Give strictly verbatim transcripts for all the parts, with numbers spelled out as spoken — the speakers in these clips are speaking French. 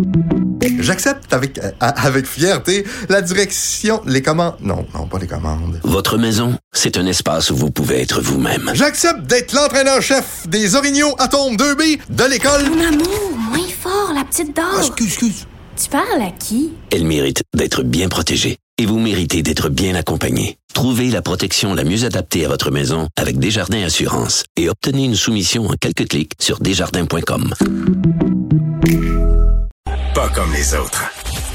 J'accepte avec, euh, avec fierté la direction, les commandes... Non, non, pas les commandes. Votre maison, c'est un espace où vous pouvez être vous-même. J'accepte d'être l'entraîneur-chef des Orignaux Atomes deux B de l'école... Mon amour, moins fort, la petite dame. Ah, excuse, excuse. Tu parles à qui? Elle mérite d'être bien protégée. Et vous méritez d'être bien accompagné. Trouvez la protection la mieux adaptée à votre maison avec Desjardins Assurance et obtenez une soumission en quelques clics sur desjardins point com. Pas comme les autres.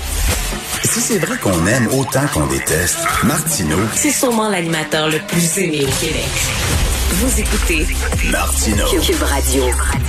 Si c'est vrai qu'on aime autant qu'on déteste, Martineau, c'est sûrement l'animateur le plus aimé au Québec. Vous écoutez Martineau. Cube Radio.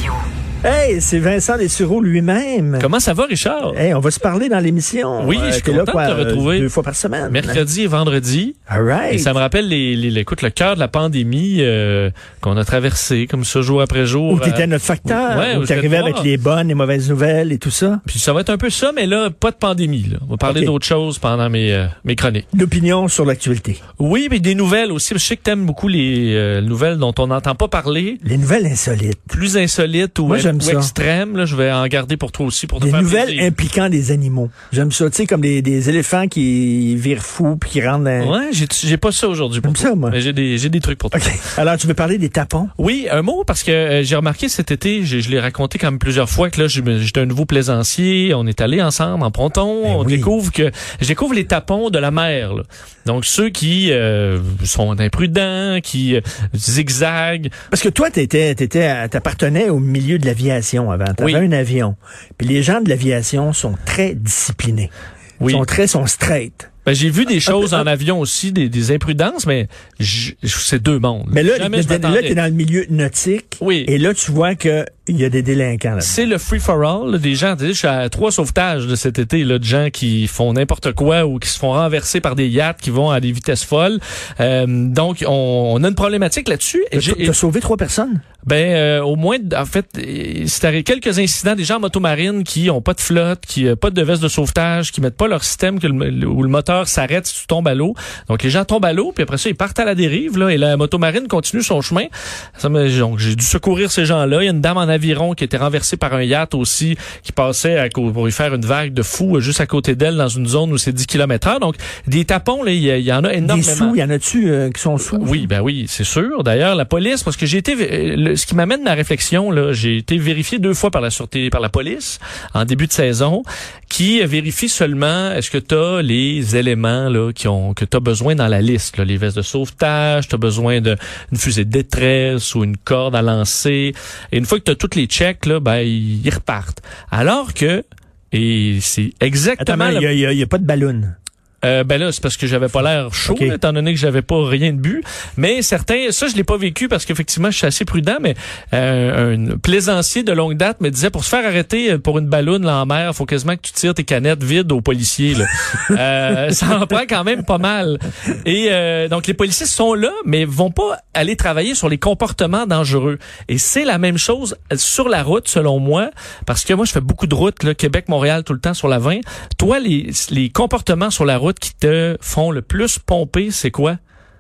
Hey, c'est Vincent Dessureau lui-même. Comment ça va, Richard? Hey, on va se parler dans l'émission. Oui, euh, je suis t'es content là, quoi, de te retrouver. Deux fois par semaine. Mercredi et vendredi. All right. Et ça me rappelle les, les, les écoute, le cœur de la pandémie euh, qu'on a traversé comme ça jour après jour. Où t'étais euh, notre facteur, ouais, où où t'arrivais je vais te avec les bonnes et mauvaises nouvelles et tout ça. Puis ça va être un peu ça, mais là, pas de pandémie. Là. On va parler Okay. d'autres choses pendant mes, euh, mes chroniques. L'opinion sur l'actualité. Oui, mais des nouvelles aussi. Je sais que t'aimes beaucoup les euh, nouvelles dont on n'entend pas parler. Les nouvelles insolites. Plus insolites ou, Moi, j'aime ou ça. extrêmes. Là, je vais en garder pour toi aussi pour te Des faire nouvelles plaisir. impliquant des animaux. J'aime ça, tu sais, comme des, des éléphants qui virent fous puis qui rentrent dans... Ouais, j'ai, j'ai pas ça aujourd'hui pour J'aime toi. ça, moi. Mais j'ai des, j'ai des trucs pour toi. OK. Alors, tu veux parler des tapons? Oui, un mot parce que euh, j'ai remarqué cet été, je, je l'ai raconté quand même plusieurs fois que là, je me- j'étais un nouveau plaisancier, on est allé ensemble en ponton, Ben on oui. découvre que je découvre les tapons de la mer. Là. Donc ceux qui euh, sont imprudents, qui euh, zigzaguent. Parce que toi, t'étais, t'étais, t'appartenais au milieu de l'aviation avant. T'avais Oui. un avion. Puis les gens de l'aviation sont très disciplinés. Oui. Sont très, sont straight. Ben, j'ai vu des choses en avion aussi, des, des imprudences, mais j- c'est deux mondes. Mais là, Jamais je t'es- là, m'attendais. t'es dans le milieu nautique. Oui. Et là, tu vois que il y a des délinquants là. C'est le free-for-all là, des gens. Tu sais, je suis à trois sauvetages de cet été là, de gens qui font n'importe quoi ou qui se font renverser par des yachts qui vont à des vitesses folles. Euh, donc, on, on a une problématique là-dessus. Et T'as, j'ai- t'as sauvé trois personnes? Ben, euh, au moins, en fait, euh, c'est arrivé quelques incidents, des gens en motomarine qui ont pas de flotte, qui ont pas de veste de sauvetage, qui mettent pas leur système que le, le- où le moteur s'arrête si tu tombes à l'eau. Donc, les gens tombent à l'eau, puis après ça, ils partent à la dérive, là, et la motomarine continue son chemin. Ça me, donc, j'ai dû secourir ces gens-là. Il y a une dame en aviron qui était renversée par un yacht aussi, qui passait à, co- pour lui faire une vague de fou euh, juste à côté d'elle dans une zone où c'est dix kilomètres heure. Donc, des tapons, là, il y, a- il y en a Des énormément. sous, il y en a-tu euh, qui sont sous? Oui, ben oui, c'est sûr. D'ailleurs, la police, parce que j'ai été, euh, le- ce qui m'amène ma réflexion, là, j'ai été vérifié deux fois par la sûreté, par la police, en début de saison, qui vérifie seulement est-ce que tu as les éléments là qui ont que tu as besoin dans la liste, là, les vestes de sauvetage, tu as besoin de une fusée de détresse ou une corde à lancer. Et une fois que tu as toutes les checks, là, ben ils, ils repartent. Alors que et c'est Attends, exactement mais il le- y a, il y a- il y a pas de ballon. euh, ben là, c'est parce que j'avais pas l'air chaud, Ok. là, étant donné que j'avais pas rien de bu. Mais certains, ça, je l'ai pas vécu parce qu'effectivement, je suis assez prudent, mais euh, un plaisancier de longue date me disait, pour se faire arrêter pour une balloune là, en mer, faut quasiment que tu tires tes canettes vides aux policiers. Là. euh, ça en prend quand même pas mal. Et euh, donc, les policiers sont là, mais vont pas aller travailler sur les comportements dangereux. Et c'est la même chose sur la route, selon moi, parce que moi, je fais beaucoup de routes, là, Québec-Montréal, tout le temps sur la vingt. Toi, les, les comportements sur la route qui te font le plus pomper, c'est quoi?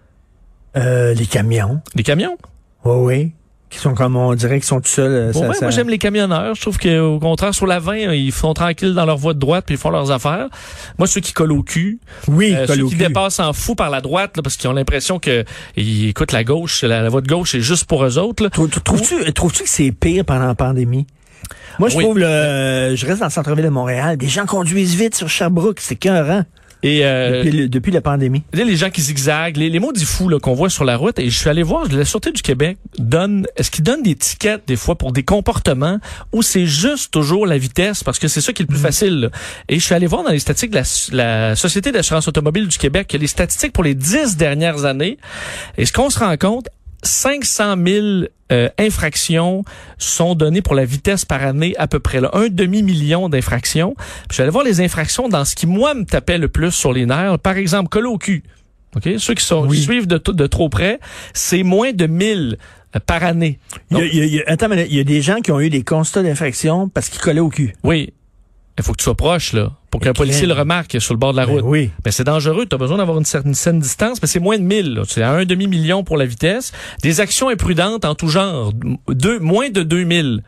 Euh, les camions. Les camions? Oui, oui. Qui sont comme, on dirait qu'ils sont tout seuls. euh, Pour ça- vrai, ça- moi, j'aime les camionneurs. Je trouve qu'au contraire, sur la vingt, ils sont tranquilles dans leur voie de droite puis ils font leurs affaires. Moi, ceux qui collent au cul, Oui, euh, colle ceux au qui cul. dépassent en fou par la droite là, parce qu'ils ont l'impression que ils écoutent la gauche, la, la voie de gauche, c'est juste pour eux autres. Là. Trou- trou- Trouves-tu, trouves-tu que c'est pire pendant la pandémie? Moi, je Oui. trouve, le, euh, je reste dans le centre-ville de Montréal, des gens conduisent vite sur Sherbrooke, c'est écœurant. Et euh, Depuis, le- depuis la pandémie. Là, les gens qui zigzaguent, les, les maudits fous là, qu'on voit sur la route, et je suis allé voir, la Sûreté du Québec donne, est-ce qu'ils donnent des tickets des fois pour des comportements ou c'est juste toujours la vitesse, parce que c'est ça qui est le plus facile. Là. Et je suis allé voir dans les statistiques de la, la Société d'assurance automobile du Québec, que les statistiques pour les dix dernières années, et ce qu'on se rend compte, cinq cent mille euh, infractions sont données pour la vitesse par année à peu près. Là. Un demi-million d'infractions. Puis je suis allé voir les infractions dans ce qui, moi, me tapait le plus sur les nerfs. Par exemple, coller au cul. OK? Ceux qui, sont, Oui. qui suivent de, t- de trop près, c'est moins de mille euh, par année. Il y, Donc, a, il y a- il y a- attends, mais il y a des gens qui ont eu des constats d'infraction parce qu'ils collaient au cul. oui, il faut que tu sois proche, là, pour qu'un Et policier clair. le remarque sur le bord de la Ben route. oui. Mais c'est dangereux, tu as besoin d'avoir une certaine, certaine distance, mais c'est moins de mille. là. C'est à un demi-million pour la vitesse. Des actions imprudentes en tout genre, deux, moins de deux mille.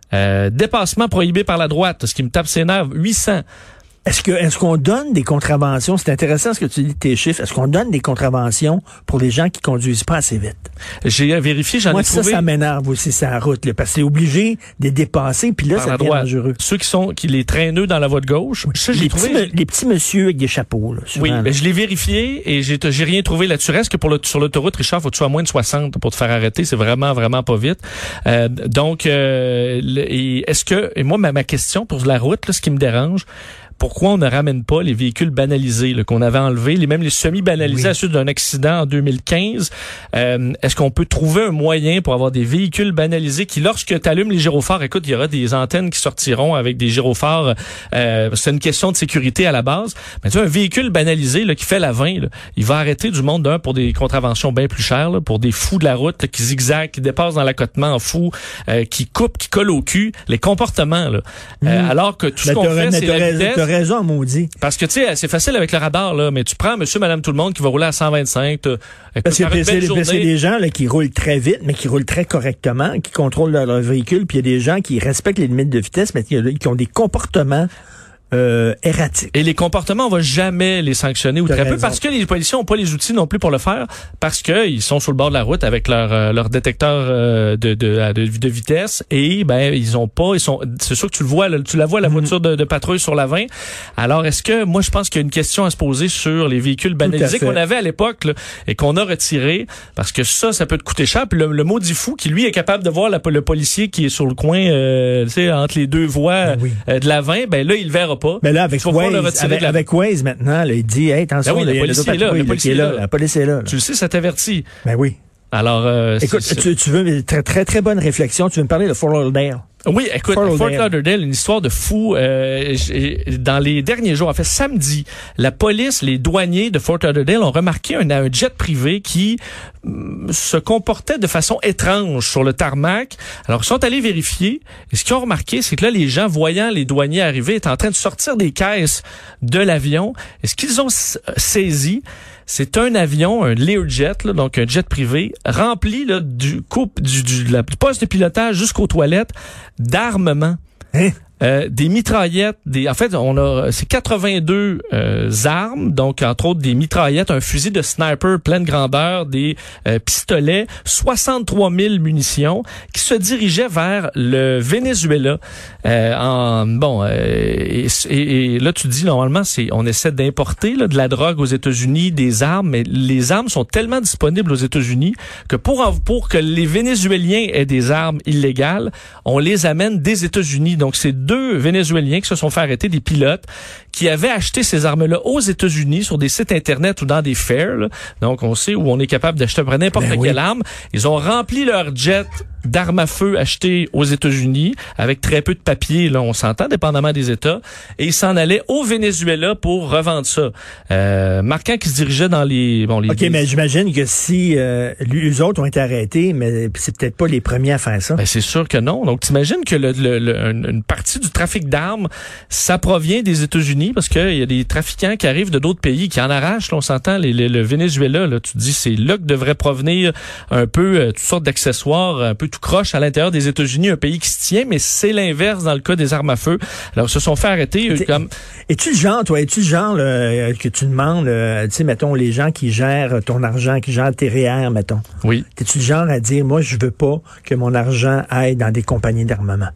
Euh, dépassement prohibé par la droite, ce qui me tape ses nerfs, huit cents. Est-ce que est-ce qu'on donne des contraventions? C'est intéressant ce que tu dis de tes chiffres. Est-ce qu'on donne des contraventions pour les gens qui conduisent pas assez vite? J'ai vérifié, j'en Moi, ai ça, trouvé. ça m'énerve aussi, c'est la route, là, parce que c'est obligé de les dépasser, puis là, par ça la devient droite. dangereux. Ceux qui sont qui les traîneux dans la voie de gauche. Ça, j'ai Les trouvé. petits, me- les petits messieurs avec des chapeaux, là, souvent, Oui, là. mais je l'ai vérifié et j'ai j'ai rien trouvé là-dessus. Reste que pour le, sur l'autoroute, Richard, faut que tu sois à moins de soixante pour te faire arrêter. C'est vraiment, vraiment pas vite. Euh, donc, euh, le- et est-ce que, et moi, ma, ma question pour la route, là, ce qui me dérange, pourquoi on ne ramène pas les véhicules banalisés là, qu'on avait enlevés, les même les semi-banalisés Oui. à la suite d'un accident en deux mille quinze? Euh, est-ce qu'on peut trouver un moyen pour avoir des véhicules banalisés qui, lorsque tu allumes les gyrophares, écoute, il y aura des antennes qui sortiront avec des gyrophares. Euh, c'est une question de sécurité à la base. Mais tu vois, un véhicule banalisé là, qui fait la vingt, là, il va arrêter du monde d'un pour des contraventions bien plus chères, là, pour des fous de la route là, qui zigzaguent, qui dépassent dans l'accotement en fou, euh, qui coupent, qui collent au cul, les comportements. Là. Euh, Mm. alors que tout ce Mais qu'on t'as, fait, mais c'est t'as la raison, vitesse. t'as raison, maudit. Parce que, tu sais, c'est facile avec le radar, là, mais tu prends monsieur, madame, tout le monde qui va rouler à cent vingt-cinq. T'as, Parce que écoute, c'est, une belle c'est, c'est journée. des gens là, qui roulent très vite, mais qui roulent très correctement, qui contrôlent leur, leur véhicule, puis il y a des gens qui respectent les limites de vitesse, mais qui, qui ont des comportements euh, erratiques. Et les comportements, on va jamais les sanctionner ou T'as très peu raison. parce que les policiers ont pas les outils non plus pour le faire parce que ils sont sur le bord de la route avec leur euh, leur détecteur euh, de, de, de de vitesse et ben ils ont pas ils sont c'est sûr que tu le vois là, tu la vois la voiture de, de patrouille sur la vingt. Alors est-ce que moi je pense qu'il y a une question à se poser sur les véhicules banalisés fait. qu'on avait à l'époque là, et qu'on a retiré parce que ça ça peut te coûter cher puis le, le maudit fou qui lui est capable de voir la, le policier qui est sur le coin euh, tu sais entre les deux voies Ben oui. euh, de la vingt ben là il le verra pas. Mais là, avec Il faut pouvoir le Waze, retirer avec, de la- avec Waze maintenant, là, il dit, hey, attention, Ben oui, là, le il y a policier est là, patrouille, le policier qui est est là. La police est là. là. Tu le sais, ça t'avertit. Ben oui. Alors, euh, Écoute, c'est- tu, tu veux, très, très, très bonne réflexion. Tu veux me parler de Fort Lauderdale. oui, écoute, Fort Fort Lauderdale. Lauderdale, une histoire de fou. Euh, j'ai- dans les derniers jours, en fait, samedi, la police, les douaniers de Fort Lauderdale ont remarqué un, un jet privé qui hum, se comportait de façon étrange sur le tarmac. Alors, ils sont allés vérifier. Et ce qu'ils ont remarqué, c'est que là, les gens, voyant les douaniers arriver, étaient en train de sortir des caisses de l'avion. Et ce qu'ils ont s- saisi, c'est un avion, un Learjet, là, donc un jet privé, rempli là, du coupe du, du, de la- du poste de pilotage jusqu'aux toilettes d'armement. Hein? Euh, des mitraillettes, des en fait on a c'est quatre-vingt-deux euh, armes, donc entre autres des mitraillettes, un fusil de sniper pleine grandeur, des euh, pistolets, soixante-trois mille munitions qui se dirigeaient vers le Venezuela. Euh, en bon euh, et, et, et là tu dis normalement c'est on essaie d'importer là, de la drogue aux États-Unis, des armes, mais les armes sont tellement disponibles aux États-Unis que pour en- pour que les Vénézuéliens aient des armes illégales, on les amène des États-Unis. Donc c'est deux Vénézuéliens qui se sont fait arrêter, des pilotes qui avaient acheté ces armes-là aux États-Unis sur des sites internet ou dans des fairs. Là. Donc on sait où on est capable d'acheter n'importe Ben quelle oui. arme. Ils ont rempli leur jet d'armes à feu achetées aux États-Unis avec très peu de papier, là on s'entend, dépendamment des États, et ils s'en allaient au Venezuela pour revendre ça. Euh, marquant qu'ils se dirigeaient dans les... Bon, les OK, mais j'imagine que si euh, les autres ont été arrêtés, mais c'est peut-être pas les premiers à faire ça. Ben, c'est sûr que non. Donc, t'imagines que le, le, le- une une partie du trafic d'armes, ça provient des États-Unis parce qu'il y a des trafiquants qui arrivent de d'autres pays, qui en arrachent. Là, on s'entend, les, les- le Venezuela, là, tu te dis, c'est là que devrait provenir un peu euh, toutes sortes d'accessoires, un peu tout croche à l'intérieur des États-Unis, un pays qui se tient, mais c'est l'inverse dans le cas des armes à feu. Alors, ils se sont fait arrêter. eux, T'es- comme Es-tu le genre, toi, es-tu le genre là, euh, que tu demandes, euh, tu sais, mettons, les gens qui gèrent ton argent, qui gèrent tes R E E R, mettons. Oui. T'es-tu le genre à dire, moi, je veux pas que mon argent aille dans des compagnies d'armement?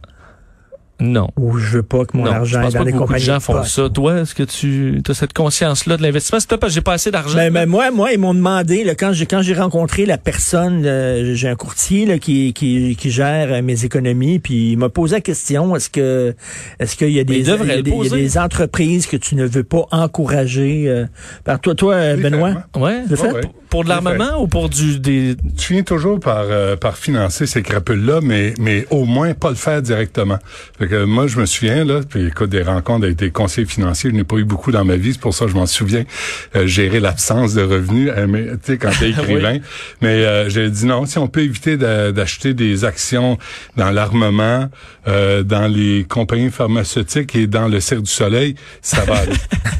Non. Ou je veux pas que mon non, argent je aille pense dans pas des que beaucoup de compagnies gens font postes? ça. Toi, est-ce que tu as cette conscience-là de l'investissement? C'est pas parce que j'ai pas assez d'argent. Ben, ben, moi, moi, ils m'ont demandé, là, quand j'ai quand j'ai rencontré la personne, euh, j'ai un courtier là, qui, qui, qui gère euh, mes économies, puis il m'a posé la question, est-ce que est-ce qu'il y a Mais des il devrait il y a le des, il y a poser. des entreprises que tu ne veux pas encourager euh, par toi, toi, euh, Oui, Benoît? clairement. Ouais. Le fait? Ouais. Pour, pour de Le l'armement ou pour du des Tu finis toujours par euh, par financer ces crapules-là, mais mais au moins pas le faire directement. Fait que moi, je me souviens, là, puis écoute, des rencontres avec des conseillers financiers, je n'ai pas eu beaucoup dans ma vie, c'est pour ça que je m'en souviens, euh, gérer l'absence de revenus, euh, mais, tu sais, quand t'es écrivain. Oui. Mais euh, j'ai dit non, si on peut éviter de- d'acheter des actions dans l'armement, euh, dans les compagnies pharmaceutiques et dans le Cirque du Soleil, ça va aller.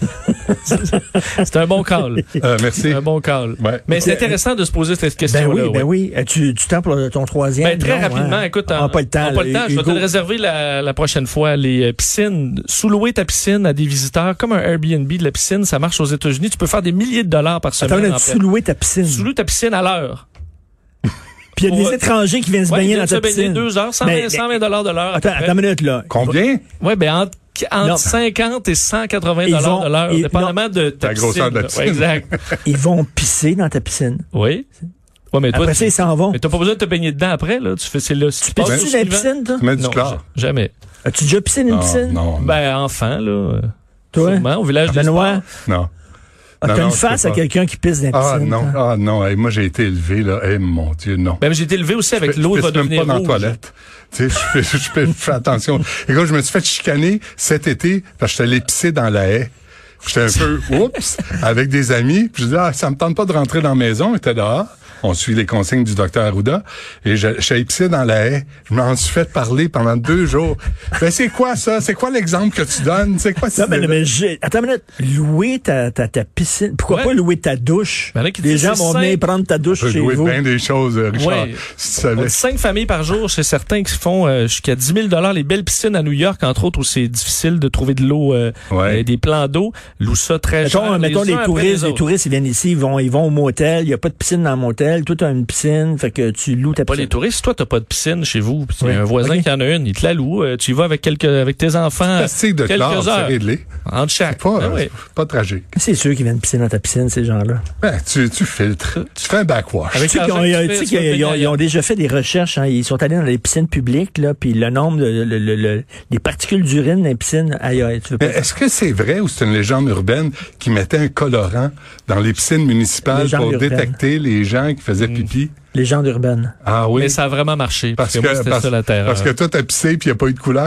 C'est un bon call. Euh, merci. C'est un bon call. Ouais. Mais c'est intéressant de se poser cette Ben question-là. oui, ben ouais. oui. Tu, tu temps pour ton troisième? Ben, très non, rapidement, hein? écoute, On en- n'a pas le temps. on n'a pas là. le temps. Je vais te Hugo. le réserver la, la prochaine fois. Les euh, piscines, sous-louer ta piscine à des visiteurs, comme un Airbnb de la piscine, ça marche aux États-Unis. Tu peux faire des milliers de dollars par semaine. Attends, en tu fait. sous-louer ta piscine. Sous-louer ta piscine à l'heure. Puis il y a Pour- des étrangers qui viennent se Ouais, baigner ils dans viennent ta se baigner piscine. deux heures, cent vingt Mais- cent vingt dollars de l'heure. Attends, attends une minute, là. Combien? Oui, ben entre, entre Non. cinquante et cent quatre-vingts Ils dollars vont- de l'heure, ils- dépendamment de ta La piscine. grosseur de la là. piscine. Ouais, exact. Ils vont pisser dans ta piscine. Oui. Ouais, mais toi, Après tu, ça, ils s'en vont. mais t'as pas besoin de te baigner dedans après, là. Tu fais, c'est là. Si tu passes Pisses-tu au dans la suivant- piscine, toi? Tu mets du Non, chlore? ja- jamais. As-tu déjà pissé dans une Non, piscine? non, Ben, enfant, là. euh, Toi? Sûrement, au village Ah, des Benoît? sports. non. Ah, Non, t'as non, une je face peux à pas. quelqu'un qui pisse dans la Ah piscine. non, toi. ah non. Hey, moi, j'ai été élevé, là. Eh, mon Dieu, non. Ben, j'ai été élevé aussi avec Je l'eau pisse va même devenir pas dans la rouge. toilette. Tu sais, je fais, je fais, je fais attention. Écoute, je me suis fait chicaner cet été parce que j'étais allé pisser dans la haie. J'étais un peu, oups, avec des amis. Puis je dis, ah, ça me tente pas de rentrer dans la maison. On était dehors. On suit les consignes du docteur Arruda. Et je, je suis allé pisser dans la haie. Je m'en suis fait parler pendant deux jours. Ben, c'est quoi ça? C'est quoi l'exemple que tu donnes? C'est quoi ça? Non, mais, mais j'ai- attends une minute. Louer ta, ta, ta piscine. Pourquoi Ouais. pas louer ta douche? Ben là, qui Les dit, gens c'est vont simple. venir prendre ta douche Je peux chez jouer vous. bien des choses, euh, Richard. Ouais. Si tu savais. On dit cinq familles par jour, c'est certains qui font euh, jusqu'à dix mille dollars les belles piscines à New York, entre autres, où c'est difficile de trouver de l'eau, euh, Ouais. euh, des plans d'eau. Louent ça très Mettons, cher. mettons les les uns après touristes, les les autres. touristes, ils viennent ici, ils vont, ils vont au motel, il n'y a pas de piscine dans le motel, toi, tu as une piscine, fait que tu loues ta Pas piscine. les touristes. Si toi, t'as pas de piscine chez vous, puis il y Oui. a un voisin Ok. qui en a une, il te la loue. euh, tu y vas avec quelques, avec tes enfants. Plastique de quelques chlore, c'est heures. réglé. Entre chaque. Pas, Ah euh, oui. pas tragique. C'est sûr qu'ils viennent pisser dans ta piscine, ces gens-là. Ben, tu, tu filtres. Tu fais un backwash. Avec Tu sais l'argent qu'ils ont, que tu tu fais, sais tu vas qu'ils te ont, baigner ils ont déjà fait des recherches, hein, ils sont allés dans les piscines publiques, là, puis le nombre de, le, le, le- les particules d'urine dans les piscines, aïe, aïe, tu veux pas. Mais est-ce que c'est vrai ou c'est une légende urbaine qui mettait un colorant dans les piscines municipales Légende pour urbaine. détecter les gens qui faisaient pipi? Légende urbaine. Ah oui. Mais ça a vraiment marché. Parce, parce que, moi, que, c'était parce, ça la terreur. parce que toi, t'as pissé puis il n'y a pas eu de couleur.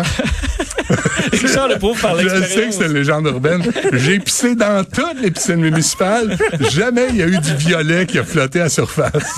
Richard le pauvre par Je l'expérience. sais que c'est une légende urbaine. J'ai pissé dans toutes les piscines municipales. Jamais il y a eu du violet qui a flotté à surface.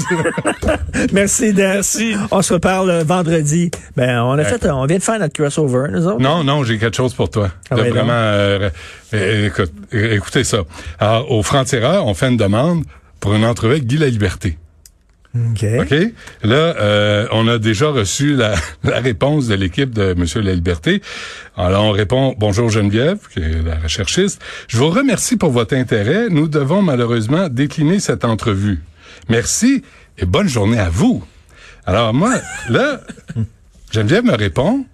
Merci, Dan. Merci. On se reparle euh, vendredi. Ben, on a fait, euh, on vient de faire notre crossover, nous autres. Non, non, j'ai quelque chose pour toi. Ah De ouais, vraiment, euh, euh, écoute, euh, écoutez ça. Alors, au Franc-Tireur, on fait une demande pour une entrevue avec Guy Laliberté. OK. OK? Là, euh, on a déjà reçu la, la réponse de l'équipe de M. Laliberté. Alors, on répond « Bonjour Geneviève », qui est la recherchiste. « Je vous remercie pour votre intérêt. Nous devons malheureusement décliner cette entrevue. Merci et bonne journée à vous. » Alors, moi, là, Geneviève me répond...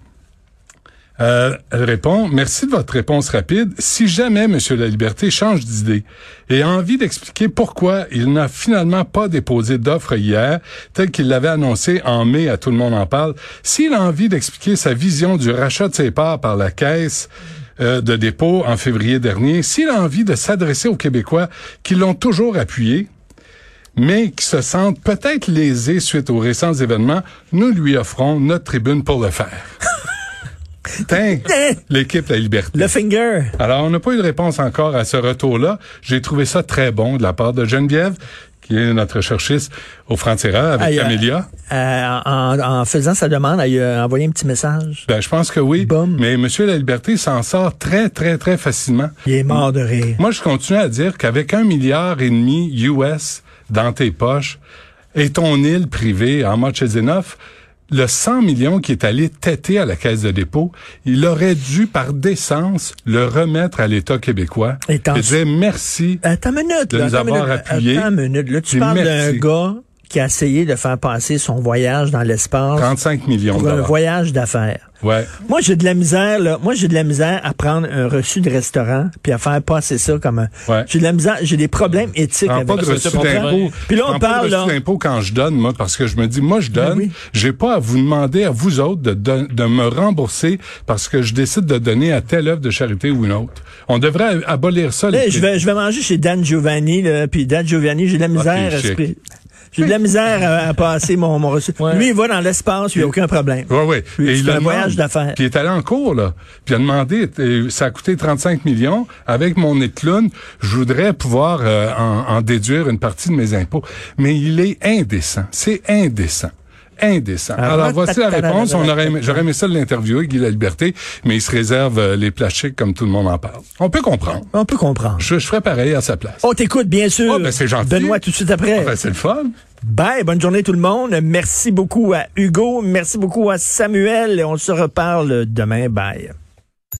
Euh, elle répond, merci de votre réponse rapide. Si jamais M. Laliberté change d'idée et a envie d'expliquer pourquoi il n'a finalement pas déposé d'offre hier, tel qu'il l'avait annoncé en mai à Tout le monde en parle, s'il a envie d'expliquer sa vision du rachat de ses parts par la Caisse euh, de dépôt en février dernier, s'il a envie de s'adresser aux Québécois qui l'ont toujours appuyé, mais qui se sentent peut-être lésés suite aux récents événements, nous lui offrons notre tribune pour le faire. Tiens, l'équipe La Liberté. Le finger. Alors, on n'a pas eu de réponse encore à ce retour-là. J'ai trouvé ça très bon de la part de Geneviève, qui est notre cherchiste au Franc-Tireur avec Aïe, Camélia. Euh, en, en faisant sa demande, elle a envoyé un petit message. Ben, je pense que oui. Boum. Mais M. La Liberté s'en sort très, très, très facilement. Il est mort de rire. Moi, je continue à dire qu'avec un milliard et demi U S dans tes poches et ton île privée en much is enough, le cent millions qui est allé têter à la Caisse de dépôt, il aurait dû, par décence, le remettre à l'État québécois Et et t'en- dire merci. Attends une minute, de là, nous attends une avoir minute, appuyés. Attends une minute. Là, tu Et parles d'un merci. gars qui a essayé de faire passer son voyage dans l'espace trente-cinq millions de pour un dollars. voyage d'affaires. Ouais. Moi, j'ai de la misère, là. Moi, j'ai de la misère à prendre un reçu de restaurant puis à faire passer ça comme un... Ouais. J'ai de la misère, j'ai des problèmes éthiques Prends avec pas de ça. reçu tu comprends? d'impôt. Puis là, Prends on pas parle, de reçu là... d'impôt quand je donne, moi, parce que je me dis, moi, je donne, oui. j'ai pas à vous demander, à vous autres, de, de, de me rembourser parce que je décide de donner à telle œuvre de charité ou une autre. On devrait abolir ça. Là, les je vais, je vais manger chez Dan Giovanni, là, puis Dan Giovanni, j'ai de la misère Ok, à chic. se- J'ai de la misère à, à passer mon, mon reçu. Ouais. Lui, il va dans l'espace, il n'y a aucun problème. Ouais, ouais. Puis Et c'est il un le voyage demande. d'affaires. Puis il est allé en cours, là. Puis il a demandé, euh, ça a coûté trente-cinq millions. Avec mon nez de clown, je voudrais pouvoir euh, en, en déduire une partie de mes impôts. Mais il est indécent. C'est indécent. indécent. Ah, Alors, voici la réponse. On aurait aimé, j'aurais aimé ça de l'interviewer, Guy Laliberté, mais il se réserve euh, les places chics comme tout le monde en parle. On peut comprendre. On peut comprendre. Je, je ferais pareil à sa place. On t'écoute, bien sûr. Oh, ben, c'est gentil. Benoît, tout de suite après. Ah, ben, c'est le fun. Bye, bonne journée tout le monde. Merci beaucoup à Hugo, merci beaucoup à Samuel et on se reparle demain. Bye.